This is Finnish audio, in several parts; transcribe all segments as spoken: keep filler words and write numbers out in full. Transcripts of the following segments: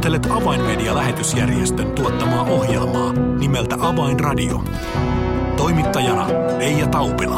Kuuntelet Avainmedia-lähetysjärjestön tuottamaa ohjelmaa nimeltä Avainradio. Toimittajana Leija Taupila.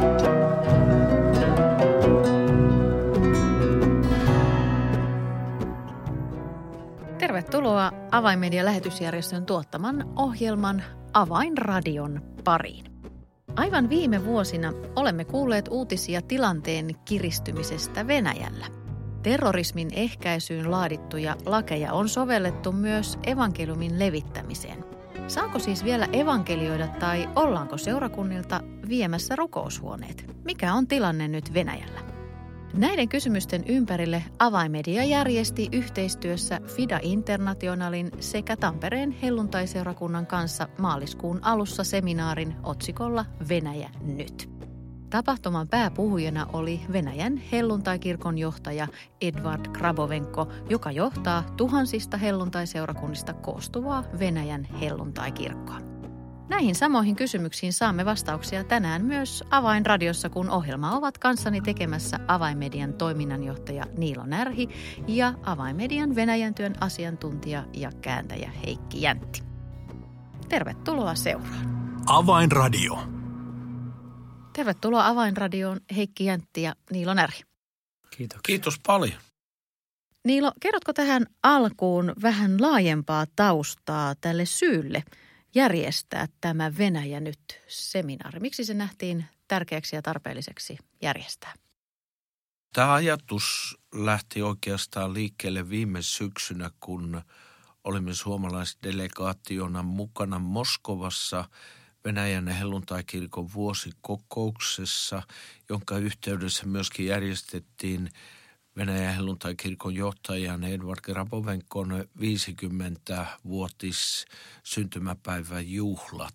Tervetuloa Avainmedia-lähetysjärjestön tuottaman ohjelman Avainradion pariin. Aivan viime vuosina olemme kuulleet uutisia tilanteen kiristymisestä Venäjällä. Terrorismin ehkäisyyn laadittuja lakeja on sovellettu myös evankeliumin levittämiseen. Saako siis vielä evankelioida tai ollaanko seurakunnilta viemässä rukoushuoneet? Mikä on tilanne nyt Venäjällä? Näiden kysymysten ympärille Avainmedia järjesti yhteistyössä Fida Internationalin sekä Tampereen helluntaiseurakunnan kanssa maaliskuun alussa seminaarin otsikolla Venäjä nyt. Tapahtuman pääpuhujana oli Venäjän helluntaikirkon johtaja Edvard Grabovenko, joka johtaa tuhansista helluntaiseurakunnista koostuvaa Venäjän helluntaikirkkoa. Näihin samoihin kysymyksiin saamme vastauksia tänään myös Avainradiossa, kun ohjelma ovat kanssani tekemässä Avainmedian toiminnanjohtaja Niilo Närhi ja Avainmedian Venäjän työn asiantuntija ja kääntäjä Heikki Jäntti. Tervetuloa seuraan. Avainradio. Tervetuloa Avainradioon Heikki Jäntti ja Niilo Närhi. Kiitos. Kiitos paljon. Niilo, kerrotko tähän alkuun vähän laajempaa taustaa tälle syylle järjestää tämä Venäjä nyt -seminaari? Miksi se nähtiin tärkeäksi ja tarpeelliseksi järjestää? Tämä ajatus lähti oikeastaan liikkeelle viime syksynä, kun olimme suomalaisdelegaationa mukana Moskovassa Venäjän helluntaikirkon vuosikokouksessa, jonka yhteydessä myöskin järjestettiin Venäjän helluntaikirkon johtajan Edvard Grabovenkon viisikymmenvuotis syntymäpäivän juhlat.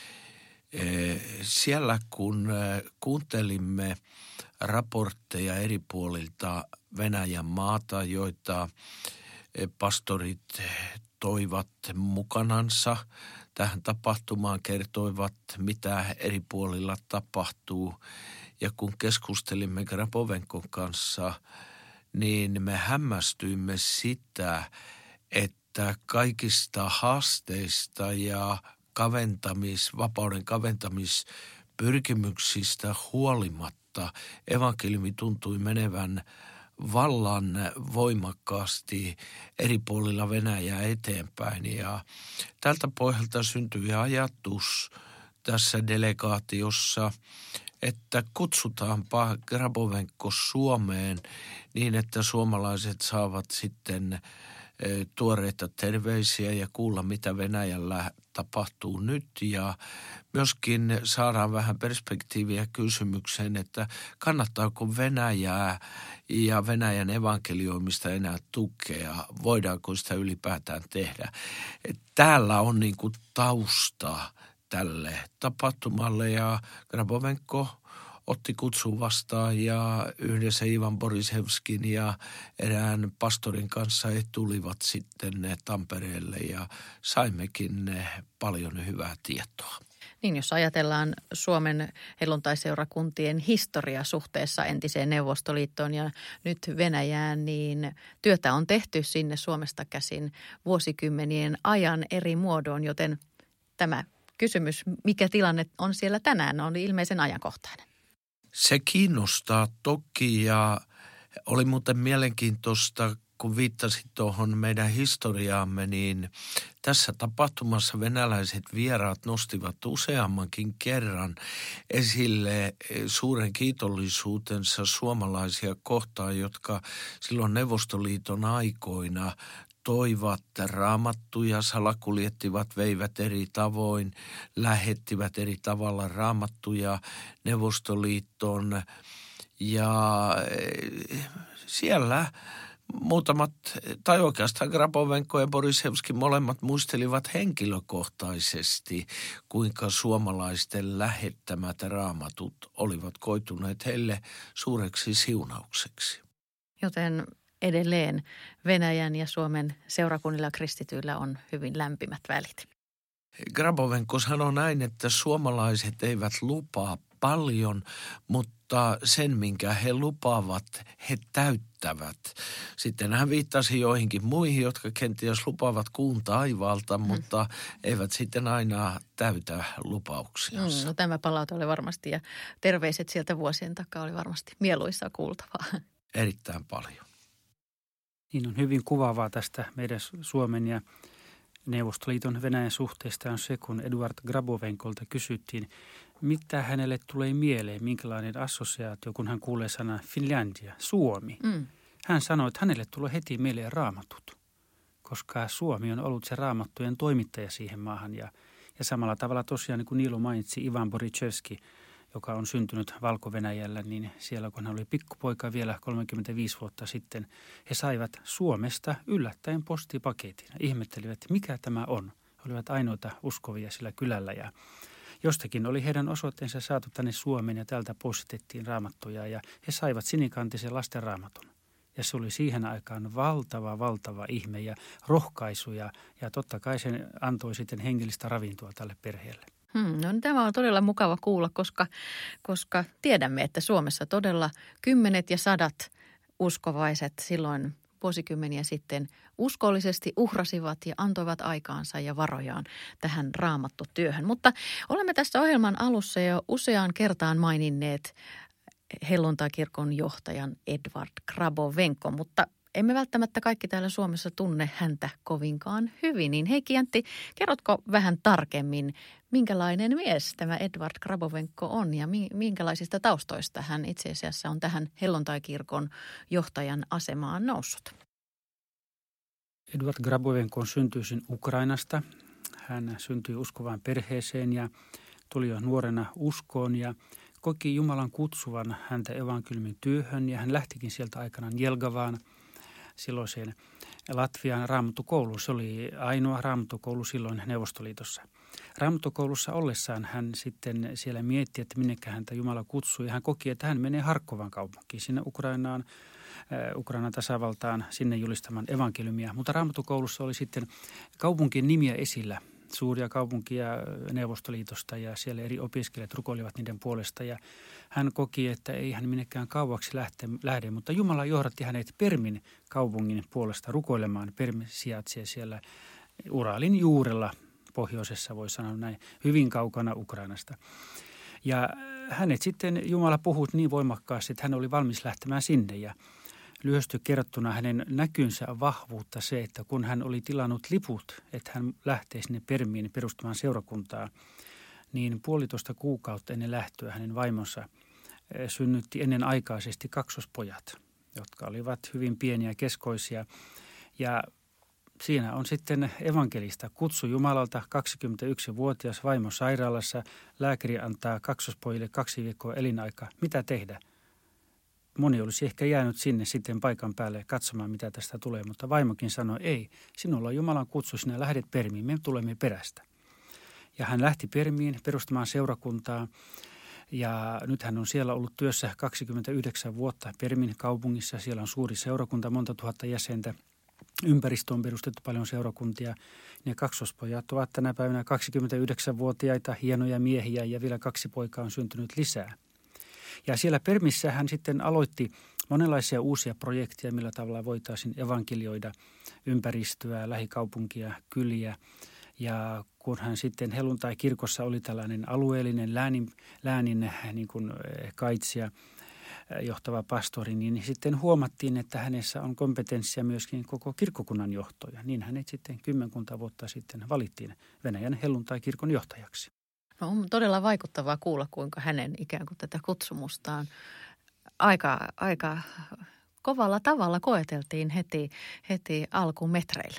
Siellä kun kuuntelimme raportteja eri puolilta Venäjän maata, joita pastorit toivat mukanansa tähän tapahtumaan, kertoivat mitä eri puolilla tapahtuu. Ja kun keskustelimme Grabovenkon kanssa, niin me hämmästyimme sitä, että kaikista haasteista ja kaventamis, vapauden kaventamispyrkimyksistä huolimatta evankeliumi tuntui menevän vallan voimakkaasti eri puolilla Venäjää eteenpäin. Ja tältä pohjalta syntyi ajatus tässä delegaatiossa, että kutsutaanpa Grabovenko Suomeen niin, että suomalaiset saavat sitten tuoreita terveisiä ja kuulla, mitä Venäjällä tapahtuu nyt. Ja myöskin saadaan vähän perspektiiviä kysymykseen, että kannattaako Venäjää ja Venäjän evankelioimista enää tukea? Voidaanko sitä ylipäätään tehdä? Täällä on niin kuin tausta tälle tapahtumalle ja Grabovenko otti kutsun vastaan ja yhdessä Ivan Borisevskin ja erään pastorin kanssa he tulivat sitten Tampereelle ja saimmekin paljon hyvää tietoa. Niin, jos ajatellaan Suomen helluntaiseurakuntien historia suhteessa entiseen Neuvostoliittoon ja nyt Venäjään, niin työtä on tehty sinne Suomesta käsin vuosikymmenien ajan eri muodoin, joten tämä kysymys, mikä tilanne on siellä tänään, on ilmeisen ajankohtainen. Se kiinnostaa toki ja oli muuten mielenkiintoista, kun viittasit tuohon meidän historiaamme, niin tässä tapahtumassa venäläiset vieraat nostivat useammankin kerran esille suuren kiitollisuutensa suomalaisia kohtaan, jotka silloin Neuvostoliiton aikoina toivat raamattuja, salakuljettivat, veivät eri tavoin, lähettivät eri tavalla raamattuja Neuvostoliittoon ja siellä muutamat, tai oikeastaan Grabovenko ja Borisevski molemmat muistelivat henkilökohtaisesti, kuinka suomalaisten lähettämät raamatut olivat koituneet heille suureksi siunaukseksi. Joten edelleen Venäjän ja Suomen seurakunnilla kristityillä on hyvin lämpimät välit. Grabovenko sanoi näin, että suomalaiset eivät lupaa paljon, mutta sen, minkä he lupaavat, he täyttävät. Sitten hän viittasi joihinkin muihin, jotka kenties lupaavat kuun taivaalta, mm. mutta eivät sitten aina täytä lupauksiansa. Mm, no tämä palaute oli varmasti ja terveiset sieltä vuosien takaa oli varmasti mieluisaa kuultavaa. Erittäin paljon. Niin on hyvin kuvaavaa tästä meidän Suomen ja Neuvostoliiton Venäjän suhteesta on se, kun Eduard Grabovenkolta kysyttiin, mitä hänelle tulee mieleen, minkälainen assosiaatio, kun hän kuulee sanan Finlandia, Suomi. Mm. Hän sanoi, että hänelle tulee heti mieleen raamatut, koska Suomi on ollut se raamattujen toimittaja siihen maahan. Ja, ja samalla tavalla tosiaan, niin kuin Niilo mainitsi, Ivan Borichevski, joka on syntynyt Valko-Venäjällä, niin siellä kun hän oli pikkupoika vielä kolmekymmentäviisi vuotta sitten, he saivat Suomesta yllättäen postipaketin. Ihmettelivät, mikä tämä on. He olivat ainoita uskovia sillä kylällä ja jostakin oli heidän osoitteensa saatu tänne Suomeen ja täältä postettiin raamattuja ja he saivat sinikantisen lasten raamatun. Ja se oli siihen aikaan valtava, valtava ihme ja rohkaisu ja, ja totta kai se antoi sitten hengellistä ravintoa tälle perheelle. Hmm, no, tämä on todella mukava kuulla, koska, koska tiedämme, että Suomessa todella kymmenet ja sadat uskovaiset silloin vuosikymmeniä sitten uskollisesti uhrasivat ja antoivat aikaansa ja varojaan tähän raamattutyöhön. Mutta olemme tässä ohjelman alussa jo useaan kertaan maininneet helluntaikirkon johtajan Eduard Grabovenko, mutta emme välttämättä kaikki täällä Suomessa tunne häntä kovinkaan hyvin. Niin Heikki Jäntti, kerrotko vähän tarkemmin, minkälainen mies tämä Eduard Grabovenko on ja minkälaisista taustoista hän itse asiassa on tähän helluntaikirkon johtajan asemaan noussut? Eduard Grabovenko on syntyisin Ukrainasta. Hän syntyi uskovaan perheeseen ja tuli jo nuorena uskoon ja koki Jumalan kutsuvan häntä evankeliumin työhön ja hän lähtikin sieltä aikanaan Jelgavaan, silloiseen Latvian raamattukouluun. Se oli ainoa raamattukoulu silloin Neuvostoliitossa. Raamattukoulussa ollessaan hän sitten siellä mietti, että minnekä häntä Jumala kutsui. Ja hän koki, että hän menee Harkovan kaupunkiin, sinne Ukrainaan, äh, Ukrainan tasavaltaan, sinne julistamaan evankeliumia. Mutta raamattukoulussa oli sitten kaupunkien nimiä esillä. Suuria kaupunkia Neuvostoliitosta ja siellä eri opiskelijat rukoilivat niiden puolesta ja hän koki, että ei hän minnekään kauaksi lähte, lähde, mutta Jumala johdatti hänet Permin kaupungin puolesta rukoilemaan. Permi sijaitsee siellä Uralin juurella pohjoisessa, voi sanoa näin, hyvin kaukana Ukrainasta. Ja hänet sitten Jumala puhui niin voimakkaasti, että hän oli valmis lähtemään sinne ja lyhyesti kerrottuna hänen näkynsä vahvuutta se, että kun hän oli tilannut liput, että hän lähtee sinne Permiin perustamaan seurakuntaa, niin puolitoista kuukautta ennen lähtöä hänen vaimonsa synnytti ennenaikaisesti kaksospojat, jotka olivat hyvin pieniä ja keskoisia. Ja siinä on sitten evankelista kutsu Jumalalta, kaksikymmentäyksivuotias vaimo sairaalassa, lääkäri antaa kaksospojille kaksi viikkoa elinaika. Mitä tehdä? Moni olisi ehkä jäänyt sinne sitten paikan päälle katsomaan, mitä tästä tulee, mutta vaimokin sanoi, ei, sinulla on Jumalan kutsu, sinä lähdet Permiin, me tulemme perästä. Ja hän lähti Permiin perustamaan seurakuntaa ja nyt hän on siellä ollut työssä kaksikymmentäyhdeksän vuotta Permin kaupungissa. Siellä on suuri seurakunta, monta tuhatta jäsentä. Ympäristö on perustettu paljon seurakuntia. Ne kaksospojat ovat tänä päivänä kaksikymmentäyhdeksänvuotiaita, hienoja miehiä ja vielä kaksi poikaa on syntynyt lisää. Ja siellä Permissä hän sitten aloitti monenlaisia uusia projekteja, millä tavalla voitaisiin evankelioida ympäristöä, lähikaupunkia, kyliä. Ja kun hän sitten helluntai-kirkossa oli tällainen alueellinen läänin, läänin niin kuin kaitsija, johtava pastori, niin sitten huomattiin, että hänessä on kompetenssia myöskin koko kirkkokunnan johtoja. Niin hänet sitten kymmenkunta vuotta sitten valittiin Venäjän helluntai-kirkon johtajaksi. No, on todella vaikuttavaa kuulla, kuinka hänen ikään kuin tätä kutsumustaan aika, aika kovalla tavalla koeteltiin heti, heti alkumetreillä.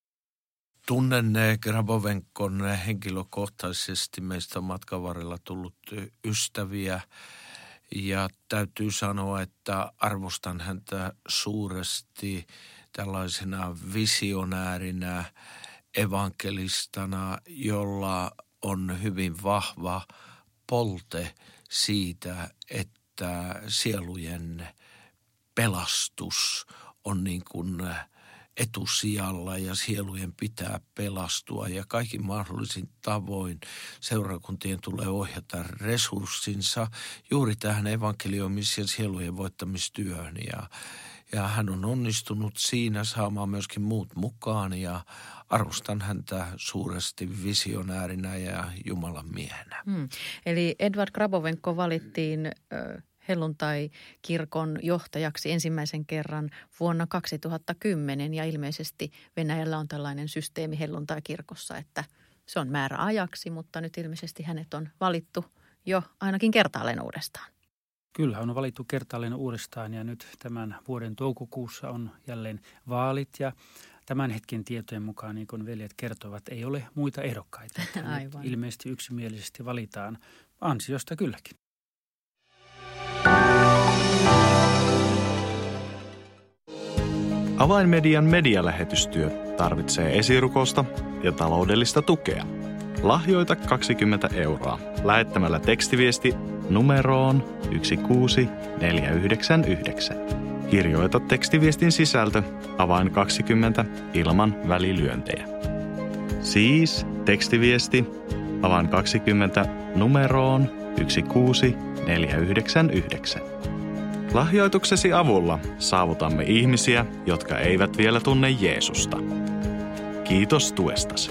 Tunnen Grabovenkon henkilökohtaisesti. Meistä on matkan varrella tullut ystäviä ja täytyy sanoa, että arvostan häntä suuresti tällaisena visionäärinä, evankelistana, jolla on hyvin vahva polte siitä, että sielujen pelastus on niin kuin etusijalla ja sielujen pitää pelastua ja kaikin mahdollisin tavoin seurakuntien tulee ohjata resurssinsa juuri tähän evankelioimis- ja sielujen voittamistyöhön ja, ja hän on onnistunut siinä saamaan myöskin muut mukaan ja arvostan häntä suuresti visionäärinä ja Jumalan miehenä. Hmm. Eli Edvard Grabovenko valittiin ö, helluntai-kirkon johtajaksi ensimmäisen kerran vuonna kaksituhattakymmenen ja ilmeisesti Venäjällä on tällainen systeemi helluntai-kirkossa, että se on määräajaksi, mutta nyt ilmeisesti hänet on valittu jo ainakin kertaalleen uudestaan. Kyllä, on valittu kertaalleen uudestaan ja nyt tämän vuoden toukokuussa on jälleen vaalit ja tämän hetken tietojen mukaan, niin kuin veljet kertovat, ei ole muita ehdokkaita. Aivan. Ilmeisesti yksimielisesti valitaan ansiosta kylläkin. Avainmedian medialähetystyö tarvitsee esirukousta ja taloudellista tukea. Lahjoita kaksikymmentä euroa lähettämällä tekstiviesti numeroon yksi kuusi neljä yhdeksän yhdeksän. Kirjoita tekstiviestin sisältö avain kaksikymmentä ilman välilyöntejä. Siis tekstiviesti avain kaksikymmentä numeroon yksi kuusi neljä yhdeksän yhdeksän. Lahjoituksesi avulla saavutamme ihmisiä, jotka eivät vielä tunne Jeesusta. Kiitos tuestasi.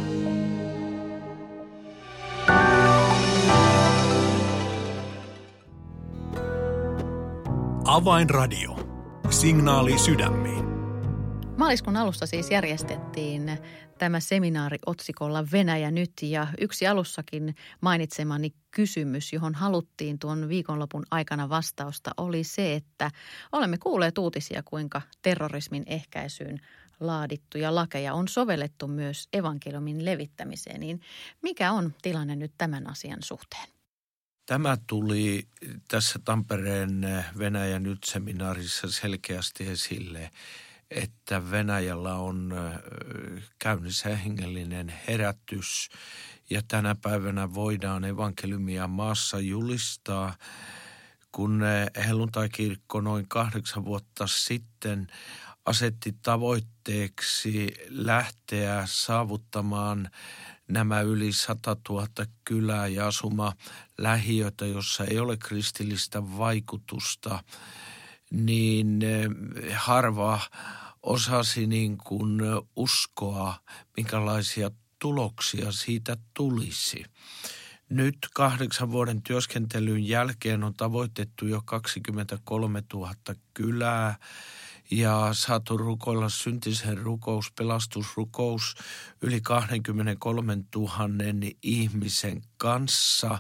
Avainradio. Signaali sydämiin. Maaliskuun alussa siis järjestettiin tämä seminaari otsikolla Venäjä nyt ja yksi alussakin mainitsemani kysymys, johon haluttiin tuon viikonlopun aikana vastausta, oli se, että olemme kuulleet uutisia, kuinka terrorismin ehkäisyyn laadittuja lakeja on sovellettu myös evankeliumin levittämiseen. Niin mikä on tilanne nyt tämän asian suhteen? Tämä tuli tässä Tampereen Venäjä nyt-seminaarissa selkeästi esille, että Venäjällä on käynnissä hengellinen herätys ja tänä päivänä voidaan evankeliumia maassa julistaa, kun helluntai-kirkko noin kahdeksan vuotta sitten asetti tavoitteeksi lähteä saavuttamaan nämä yli satatuhatta kylää ja asuma lähiötä, jossa ei ole kristillistä vaikutusta, niin harva osasi niin kuin uskoa, minkälaisia tuloksia siitä tulisi. Nyt kahdeksan vuoden työskentelyn jälkeen on tavoitettu jo kaksikymmentäkolmetuhatta kylää ja saatu rukoilla syntisen rukous, pelastusrukous yli kaksikymmentäkolmetuhatta ihmisen kanssa.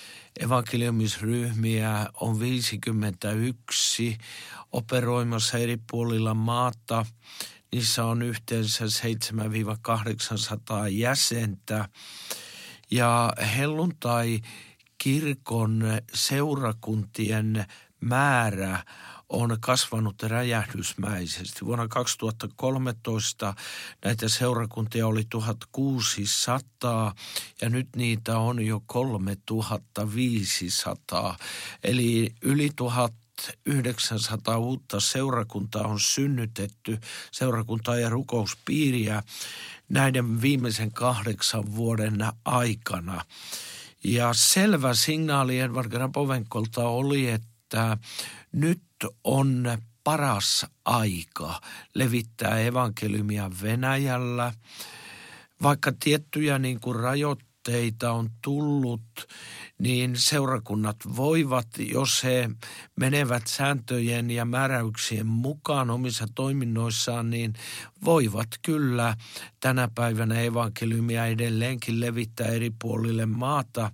Evankeliumisryhmiä on viisikymmentäyksi operoimassa eri puolilla maata. Niissä on yhteensä seitsemän kahdeksansataa jäsentä. Ja helluntai-kirkon seurakuntien määrä on kasvanut räjähdysmäisesti. Vuonna kaksituhattakolmetoista näitä seurakuntia oli tuhatkuusisataa ja nyt niitä on jo kolmetuhattaviisisataa. Eli yli tuhatyhdeksänsataa uutta seurakuntaa on synnytetty, seurakuntaa ja rukouspiiriä näiden viimeisen kahdeksan vuoden aikana. Ja selvä signaali Edvard Grabovenkolta oli, että nyt on paras aika levittää evankeliumia Venäjällä. Vaikka tiettyjä niin kuin rajoitteita on tullut, niin seurakunnat voivat, jos he menevät sääntöjen ja määräyksien mukaan omissa toiminnoissaan, niin voivat kyllä tänä päivänä evankeliumia edelleenkin levittää eri puolille maata.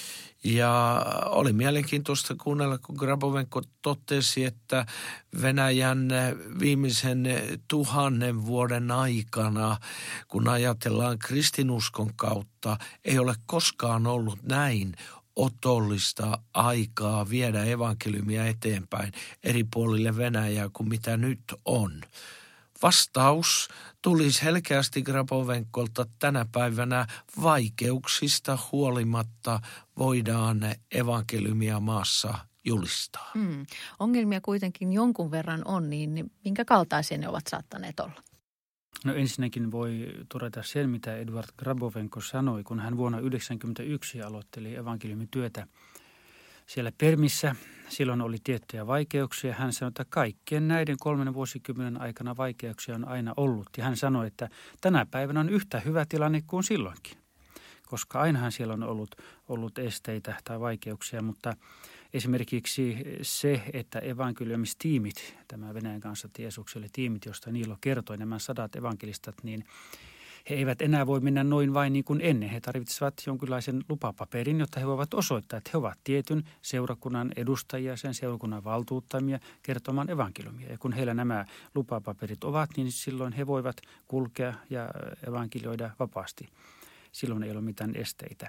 Ja oli mielenkiintoista kuunnella, kun Grabovenko totesi, että Venäjän viimeisen tuhannen vuoden aikana, kun ajatellaan kristinuskon kautta, ei ole koskaan ollut näin otollista aikaa viedä evankeliumia eteenpäin eri puolille Venäjää kuin mitä nyt on. Vastaus tuli selkeästi Grabovenkolta tänä päivänä: vaikeuksista huolimatta voidaan evankeliumia maassa julistaa. Hmm. Ongelmia kuitenkin jonkun verran on, niin minkä kaltaisia ne ovat saattaneet olla? No ensinnäkin voi todeta sen, mitä Eduard Grabovenko sanoi, kun hän vuonna yhdeksänkymmentäyksi aloitteli evankeliumityötä siellä Permissä. Silloin oli tiettyjä vaikeuksia. Hän sanoi, että kaikkien näiden kolmen vuosikymmenen aikana vaikeuksia on aina ollut. Ja hän sanoi, että tänä päivänä on yhtä hyvä tilanne kuin silloinkin, koska ainahan siellä on ollut, ollut esteitä tai vaikeuksia, mutta esimerkiksi se, että evankeliumistiimit, tämä Venäjän kanssa Jeesukselle tiimit, josta Niilo kertoi, nämä sadat evankelistat, niin he eivät enää voi mennä noin vain niin kuin ennen. He tarvitsevat jonkinlaisen lupapaperin, jotta he voivat osoittaa, että he ovat tietyn seurakunnan edustajia, sen seurakunnan valtuuttamia kertomaan evankeliumia. Ja kun heillä nämä lupapaperit ovat, niin silloin he voivat kulkea ja evankelioida vapaasti. Silloin ei ole mitään esteitä.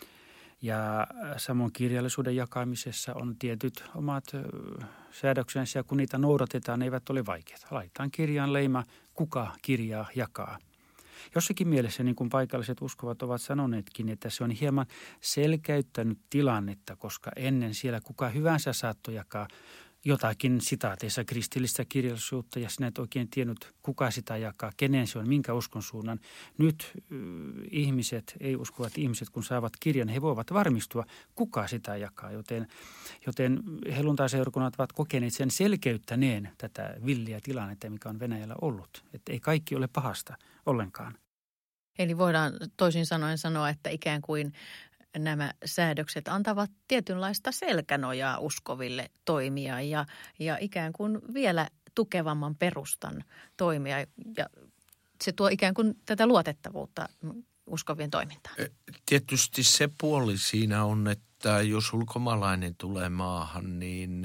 Ja samoin kirjallisuuden jakamisessa on tietyt omat säädöksensä, ja kun niitä noudatetaan, ne eivät ole vaikeita. Laitetaan kirjaan leima, kuka kirjaa jakaa. Jossakin mielessä, niin kuin paikalliset uskovat ovat sanoneetkin, että se on hieman selkeyttänyt tilannetta, koska ennen siellä kuka hyvänsä saattoi jakaa jotakin sitaateissa kristillistä kirjallisuutta ja sinä et oikein tiennyt, kuka sitä jakaa, kenen se on, minkä uskon suunnan. Nyt äh, ihmiset, ei uskovat ihmiset, kun saavat kirjan, he voivat varmistua, kuka sitä jakaa. Joten, joten helluntaiseurakunnat ovat kokeneet sen selkeyttäneen tätä villiä tilannetta, mikä on Venäjällä ollut. Että ei kaikki ole pahasta ollenkaan. Eli voidaan toisin sanoen sanoa, että ikään kuin nämä säädökset antavat tietynlaista selkänojaa uskoville toimia ja, ja ikään kuin vielä tukevamman perustan toimia. Ja se tuo ikään kuin tätä luotettavuutta uskovien toimintaan. Tietysti se puoli siinä on, että jos ulkomaalainen tulee maahan, niin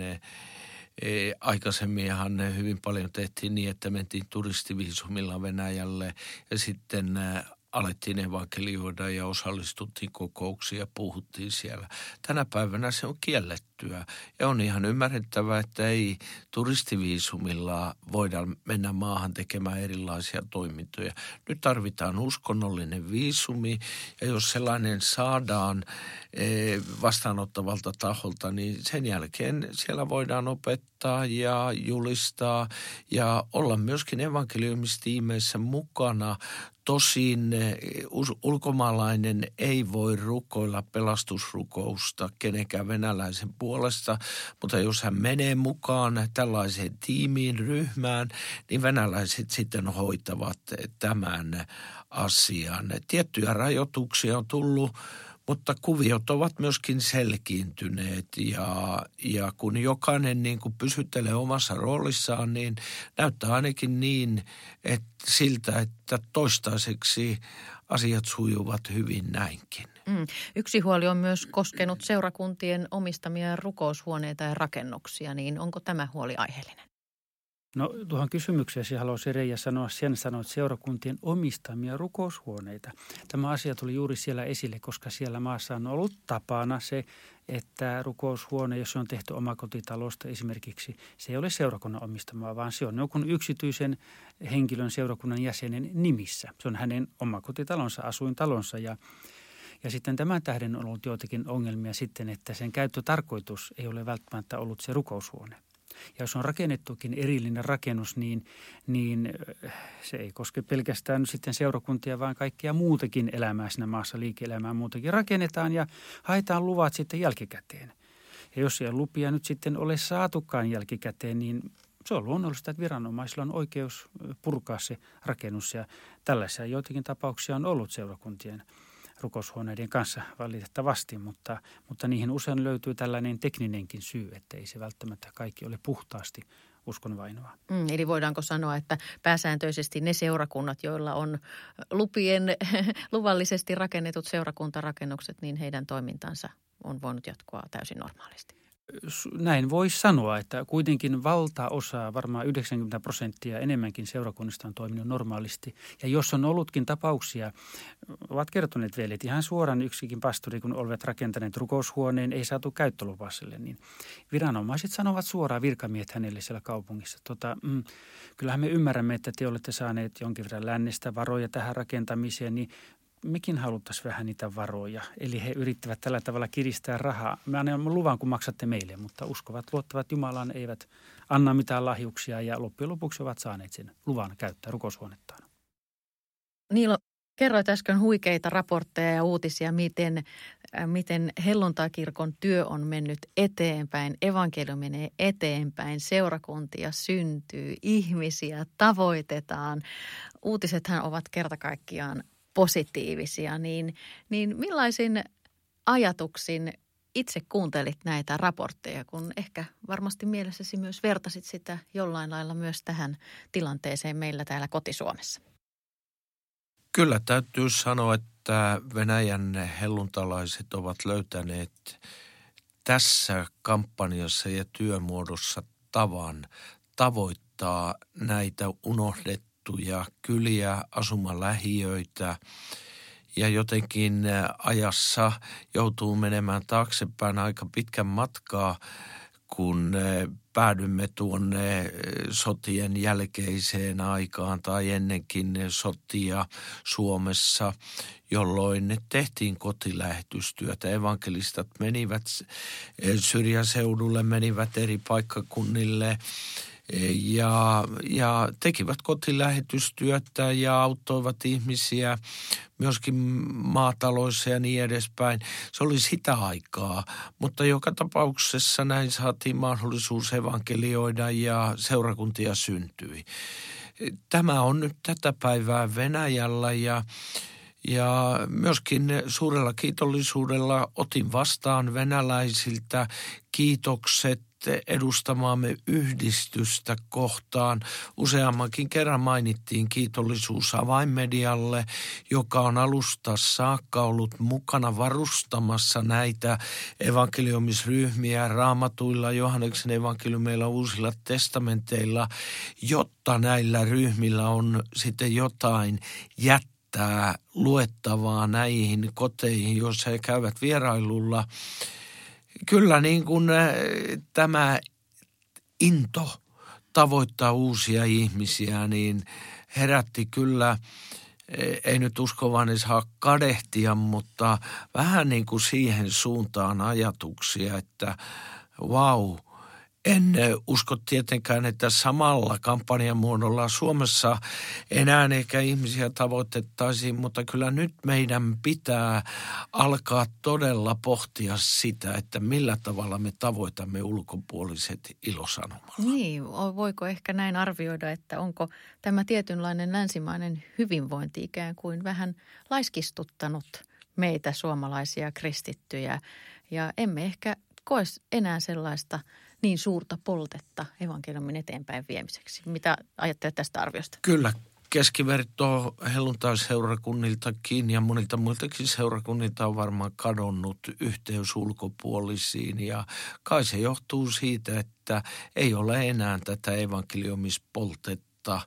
aikaisemminhan hyvin paljon tehtiin niin, että mentiin turistiviisumilla Venäjälle ja sitten alettiin evankelioida ja osallistuttiin kokouksiin ja puhuttiin siellä. Tänä päivänä se on kiellettyä ja on ihan ymmärrettävää, että ei turistiviisumilla voida mennä maahan tekemään erilaisia toimintoja. Nyt tarvitaan uskonnollinen viisumi ja jos sellainen saadaan vastaanottavalta taholta, niin sen jälkeen siellä voidaan opettaa ja julistaa ja olla myöskin evankeliumistiimeissä mukana. Tosin ulkomaalainen ei voi rukoilla pelastusrukousta kenenkään venäläisen puolesta, mutta jos hän menee mukaan tällaiseen tiimiin, ryhmään, niin venäläiset sitten hoitavat tämän asian. Tiettyjä rajoituksia on tullut, mutta kuviot ovat myöskin selkiintyneet ja, ja kun jokainen niin kuin pysyttelee omassa roolissaan, niin näyttää ainakin niin että siltä, että toistaiseksi asiat sujuvat hyvin näinkin. Mm. Yksi huoli on myös koskenut seurakuntien omistamia rukoushuoneita ja rakennuksia, niin onko tämä huoli aiheellinen? No tuohon kysymykseesi haluaisin Reija sanoa sen, sanoit seurakuntien omistamia rukoushuoneita. Tämä asia tuli juuri siellä esille, koska siellä maassa on ollut tapana se, että rukoushuone, jos se on tehty omakotitalosta esimerkiksi, se ei ole seurakunnan omistamaa, vaan se on jonkun yksityisen henkilön seurakunnan jäsenen nimissä. Se on hänen omakotitalonsa, asuintalonsa ja Ja sitten tämän tähden on ollut joitakin ongelmia sitten, että sen käyttötarkoitus ei ole välttämättä ollut se rukoushuone. Ja jos on rakennettukin erillinen rakennus, niin, niin se ei koske pelkästään nyt sitten seurakuntia, vaan kaikkea muutakin elämää siinä maassa, liike-elämää muutakin rakennetaan ja haetaan luvat sitten jälkikäteen. Ja jos ei lupia nyt sitten ole saatukaan jälkikäteen, niin se on luonnollista, että viranomaisilla on oikeus purkaa se rakennus. Ja tällaisia joitakin tapauksia on ollut seurakuntien rukoushuoneiden kanssa valitettavasti, mutta, mutta niihin usein löytyy tällainen tekninenkin syy, että ei se välttämättä kaikki ole puhtaasti uskonvainoa. Mm, eli voidaanko sanoa, että pääsääntöisesti ne seurakunnat, joilla on lupien luvallisesti rakennetut seurakuntarakennukset, niin heidän toimintansa on voinut jatkua täysin normaalisti? Näin voisi sanoa, että kuitenkin valtaosa, varmaan yhdeksänkymmentä prosenttia enemmänkin seurakunnista on toiminut normaalisti. Ja jos on ollutkin tapauksia, ovat kertoneet veljet ihan suoraan yksikin pastori, kun olivat rakentaneet rukoushuoneen, ei saatu käyttölupaa sille, niin viranomaiset sanovat suoraan virkamiehet hänelle siellä kaupungissa. Tota, mm, kyllähän me ymmärrämme, että te olette saaneet jonkin verran lännestä varoja tähän rakentamiseen, niin mekin haluttaisiin vähän niitä varoja. Eli he yrittävät tällä tavalla kiristää rahaa. Me annamme luvan, kun maksatte meille, mutta uskovat, luottavat Jumalaan, eivät anna mitään lahjuksia ja loppujen lopuksi ovat saaneet sen luvan käyttää rukoushuonettaan. Niilo, kerroit äsken huikeita raportteja ja uutisia, miten, miten helluntaikirkon työ on mennyt eteenpäin, evankeliumi menee eteenpäin, seurakuntia syntyy, ihmisiä tavoitetaan. Uutisethan ovat kerta kaikkiaan positiivisia, niin, niin millaisin ajatuksin itse kuuntelit näitä raportteja, kun ehkä varmasti mielessäsi myös vertasit sitä jollain lailla myös tähän tilanteeseen meillä täällä koti-Suomessa? Kyllä täytyy sanoa, että Venäjän helluntalaiset ovat löytäneet tässä kampanjassa ja työmuodossa tavan tavoittaa näitä unohdettuja kyliä, asumalähiöitä ja jotenkin ajassa joutuu menemään taaksepäin aika pitkän matkaa, kun päädymme tuonne sotien jälkeiseen aikaan tai ennenkin sotia Suomessa, jolloin tehtiin kotilähetystyötä. Evankelistat menivät syrjäseudulle, menivät eri paikkakunnille ja, ja tekivät kotilähetystyötä ja auttoivat ihmisiä myöskin maataloissa ja niin edespäin. Se oli sitä aikaa, mutta joka tapauksessa näin saatiin mahdollisuus evankelioida ja seurakuntia syntyi. Tämä on nyt tätä päivää Venäjällä ja Ja myöskin suurella kiitollisuudella otin vastaan venäläisiltä kiitokset edustamaamme yhdistystä kohtaan. Useammankin kerran mainittiin kiitollisuus Avainmedialle, joka on alusta saakka ollut mukana varustamassa näitä evankelioimisryhmiä raamatuilla, Johanneksen evankeliumeilla, uusilla testamenteilla, jotta näillä ryhmillä on sitten jotain jättää. Tämä luettavaa näihin koteihin, joissa he käyvät vierailulla. Kyllä niin kuin tämä into tavoittaa uusia ihmisiä, niin herätti kyllä, ei nyt uskovan ei saa kadehtia, mutta vähän niin kuin siihen suuntaan ajatuksia, että vau, wow, en usko tietenkään, että samalla kampanjan muodolla Suomessa enää ehkä ihmisiä tavoitettaisiin, mutta kyllä nyt meidän pitää alkaa todella pohtia sitä, että millä tavalla me tavoitamme ulkopuoliset ilosanomalla. Niin, voiko ehkä näin arvioida, että onko tämä tietynlainen länsimainen hyvinvointi ikään kuin vähän laiskistuttanut meitä suomalaisia kristittyjä ja emme ehkä koe enää sellaista niin suurta poltetta evankeliumin eteenpäin viemiseksi. Mitä ajattelet tästä arviosta? Kyllä, keskiverto helluntaiseurakunniltakin ja monilta muiltakin seurakunnilta on varmaan kadonnut yhteys ulkopuolisiin. Ja kai se johtuu siitä, että ei ole enää tätä evankeliumispoltetta.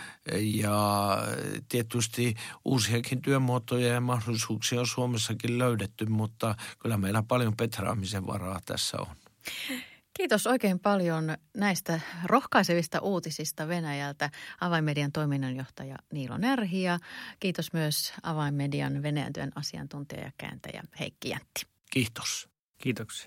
Ja tietysti uusiakin työmuotoja ja mahdollisuuksia on Suomessakin löydetty, mutta kyllä meillä paljon petraamisen varaa tässä on. Kiitos oikein paljon näistä rohkaisevista uutisista Venäjältä Avainmedian toiminnanjohtaja Niilo Närhi ja kiitos myös Avainmedian Venäjän työn asiantuntija ja kääntäjä Heikki Jäntti. Kiitos. Kiitoksia.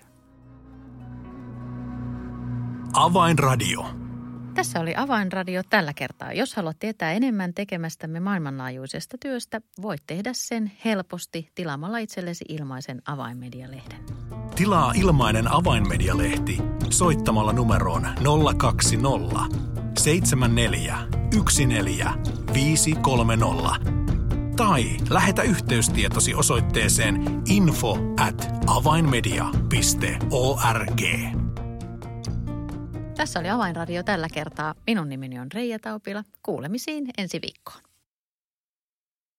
Avainradio. Tässä oli Avainradio tällä kertaa. Jos haluat tietää enemmän tekemästämme maailmanlaajuisesta työstä, voit tehdä sen helposti tilaamalla itsellesi ilmaisen Avainmedia-lehden. Tilaa ilmainen Avainmedia-lehti soittamalla numeroon nolla kaksi nolla seitsemän neljä yksi neljä viisi kolme nolla tai lähetä yhteystietosi osoitteeseen info at avainmedia piste org. Tässä oli Avainradio tällä kertaa. Minun nimeni on Reija Taupila. Kuulemisiin ensi viikkoon.